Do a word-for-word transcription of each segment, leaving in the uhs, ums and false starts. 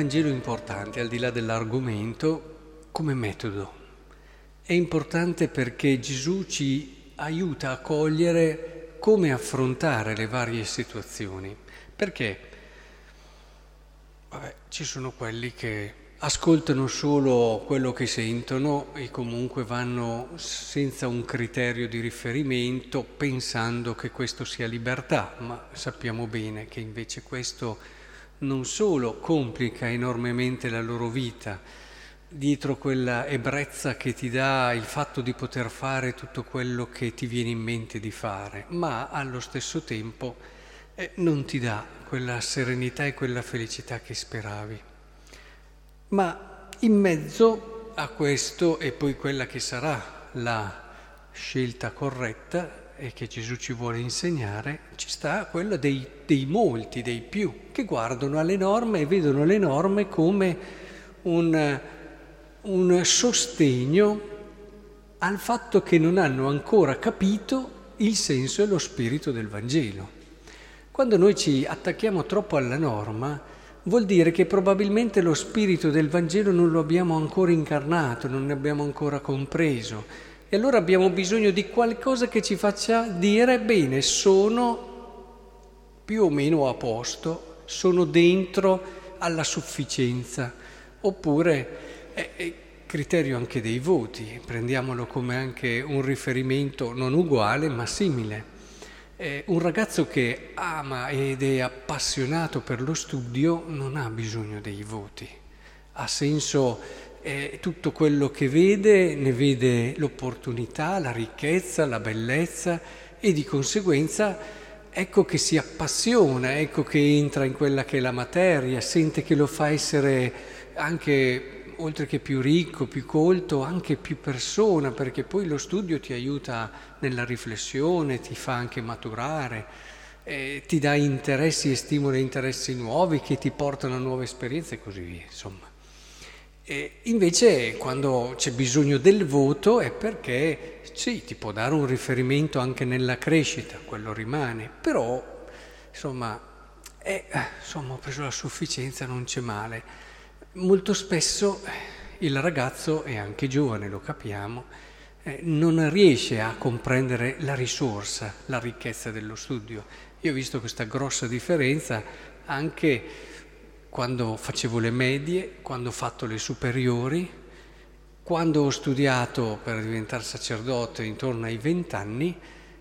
Vangelo importante, al di là dell'argomento, come metodo. È importante perché Gesù ci aiuta a cogliere come affrontare le varie situazioni. Perché? Vabbè, ci sono quelli che ascoltano solo quello che sentono e comunque vanno senza un criterio di riferimento, pensando che questo sia libertà, ma sappiamo bene che invece questo non solo complica enormemente la loro vita, dietro quella ebbrezza che ti dà il fatto di poter fare tutto quello che ti viene in mente di fare, ma allo stesso tempo eh, non ti dà quella serenità e quella felicità che speravi. Ma in mezzo a questo, e poi quella che sarà la scelta corretta e che Gesù ci vuole insegnare, ci sta quella dei, dei molti, dei più, che guardano alle norme e vedono le norme come un, un sostegno al fatto che non hanno ancora capito il senso e lo spirito del Vangelo. Quando noi ci attacchiamo troppo alla norma, vuol dire che probabilmente lo spirito del Vangelo non lo abbiamo ancora incarnato, non ne abbiamo ancora compreso. E allora abbiamo bisogno di qualcosa che ci faccia dire, bene, sono più o meno a posto, sono dentro alla sufficienza. Oppure, è, è criterio anche dei voti, prendiamolo come anche un riferimento non uguale ma simile. Eh, un ragazzo che ama ed è appassionato per lo studio non ha bisogno dei voti, ha senso eh, tutto quello che vede, ne vede l'opportunità, la ricchezza, la bellezza e di conseguenza ecco che si appassiona, ecco che entra in quella che è la materia, sente che lo fa essere anche, oltre che più ricco, più colto, anche più persona, perché poi lo studio ti aiuta nella riflessione, ti fa anche maturare, eh, ti dà interessi e stimola interessi nuovi che ti portano a nuove esperienze e così via, insomma. E invece quando c'è bisogno del voto è perché sì, ti può dare un riferimento anche nella crescita, quello rimane, però insomma, è, insomma ho preso la sufficienza, non c'è male. Molto spesso il ragazzo, e anche giovane lo capiamo, eh, non riesce a comprendere la risorsa, la ricchezza dello studio. Io ho visto questa grossa differenza anche quando facevo le medie, quando ho fatto le superiori, quando ho studiato per diventare sacerdote intorno ai vent'anni,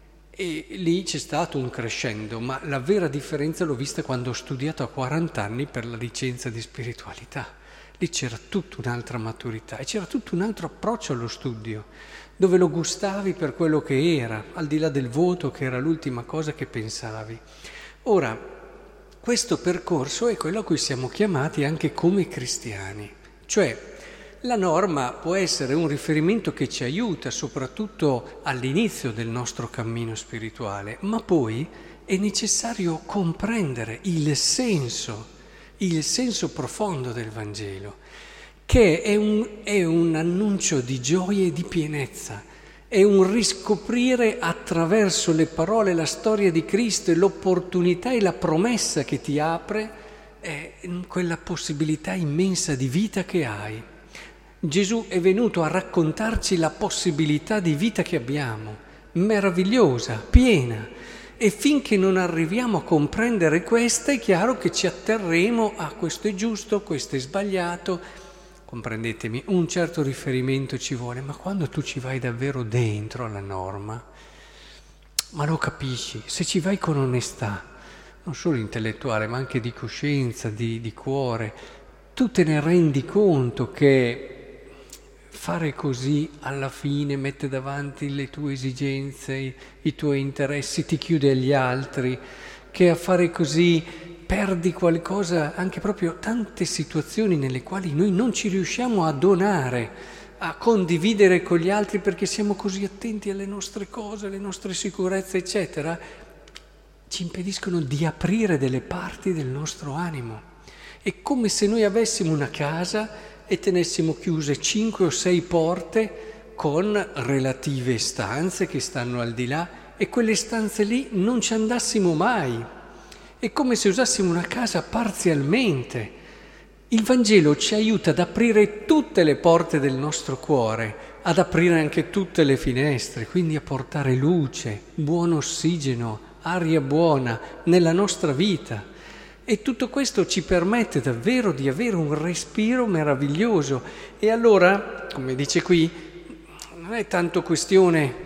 e lì c'è stato un crescendo, ma la vera differenza l'ho vista quando ho studiato a quaranta anni per la licenza di spiritualità. Lì c'era tutta un'altra maturità e c'era tutto un altro approccio allo studio, dove lo gustavi per quello che era, al di là del voto che era l'ultima cosa che pensavi. Ora, questo percorso è quello a cui siamo chiamati anche come cristiani, cioè la norma può essere un riferimento che ci aiuta soprattutto all'inizio del nostro cammino spirituale, ma poi è necessario comprendere il senso, il senso profondo del Vangelo, che è un, è un annuncio di gioia e di pienezza. È un riscoprire attraverso le parole la storia di Cristo e l'opportunità e la promessa che ti apre è quella possibilità immensa di vita che hai. Gesù è venuto a raccontarci la possibilità di vita che abbiamo, meravigliosa, piena, e finché non arriviamo a comprendere questa è chiaro che ci atterremo a questo è giusto, questo è sbagliato. Comprendetemi, un certo riferimento ci vuole, ma quando tu ci vai davvero dentro alla norma, ma lo capisci, se ci vai con onestà, non solo intellettuale, ma anche di coscienza, di, di cuore, tu te ne rendi conto che fare così alla fine mette davanti le tue esigenze, i, i tuoi interessi, ti chiude agli altri, che a fare così perdi qualcosa, anche proprio tante situazioni nelle quali noi non ci riusciamo a donare, a condividere con gli altri perché siamo così attenti alle nostre cose, alle nostre sicurezze, eccetera, ci impediscono di aprire delle parti del nostro animo. È come se noi avessimo una casa e tenessimo chiuse cinque o sei porte con relative stanze che stanno al di là e quelle stanze lì non ci andassimo mai. È come se usassimo una casa parzialmente, Il Vangelo ci aiuta ad aprire tutte le porte del nostro cuore, ad aprire anche tutte le finestre, quindi a portare luce, buon ossigeno, aria buona nella nostra vita. E tutto questo ci permette davvero di avere un respiro meraviglioso. E allora, come dice qui, non è tanto questione,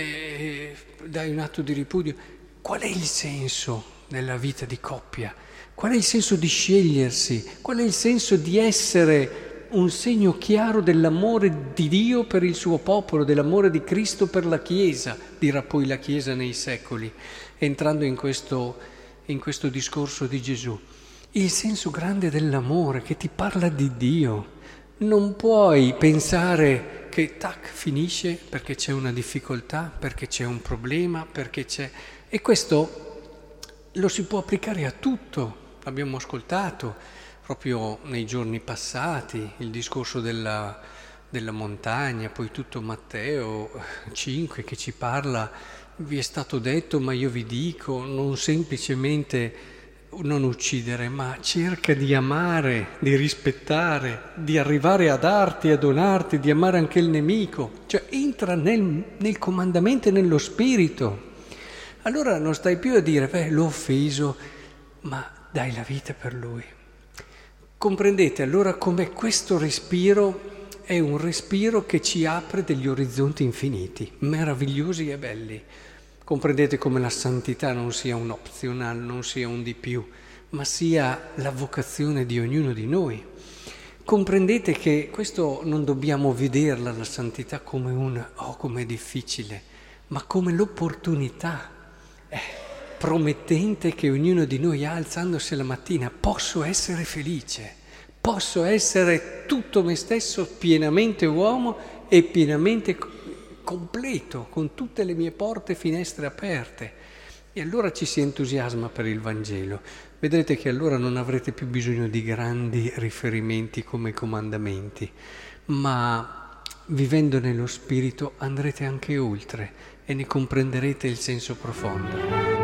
eh, dai un atto di ripudio, qual è il senso della vita di coppia? Qual è il senso di scegliersi? Qual è il senso di essere un segno chiaro dell'amore di Dio per il suo popolo, dell'amore di Cristo per la Chiesa, dirà poi la Chiesa nei secoli, entrando in questo, in questo discorso di Gesù. Il senso grande dell'amore che ti parla di Dio. Non puoi pensare che tac, finisce perché c'è una difficoltà, perché c'è un problema, perché c'è... E questo lo si può applicare a tutto. Abbiamo ascoltato proprio nei giorni passati il discorso della, della montagna, poi tutto Matteo cinque che ci parla, vi è stato detto ma io vi dico, non semplicemente non uccidere, ma cerca di amare, di rispettare, di arrivare a darti, a donarti, di amare anche il nemico, cioè entra nel, nel comandamento e nello spirito. Allora non stai più a dire, beh, l'ho offeso, ma dai la vita per lui. Comprendete allora come questo respiro è un respiro che ci apre degli orizzonti infiniti, meravigliosi e belli. Comprendete come la santità non sia un optional, non sia un di più, ma sia la vocazione di ognuno di noi. Comprendete che questo non dobbiamo vederla, la santità, come un oh com'è difficile, ma come l'opportunità eh, promettente che ognuno di noi ha alzandosi la mattina. Posso essere felice, posso essere tutto me stesso, pienamente uomo e pienamente completo, con tutte le mie porte e finestre aperte. E allora ci si entusiasma per il Vangelo. Vedrete che allora non avrete più bisogno di grandi riferimenti come comandamenti, ma vivendo nello Spirito andrete anche oltre e ne comprenderete il senso profondo.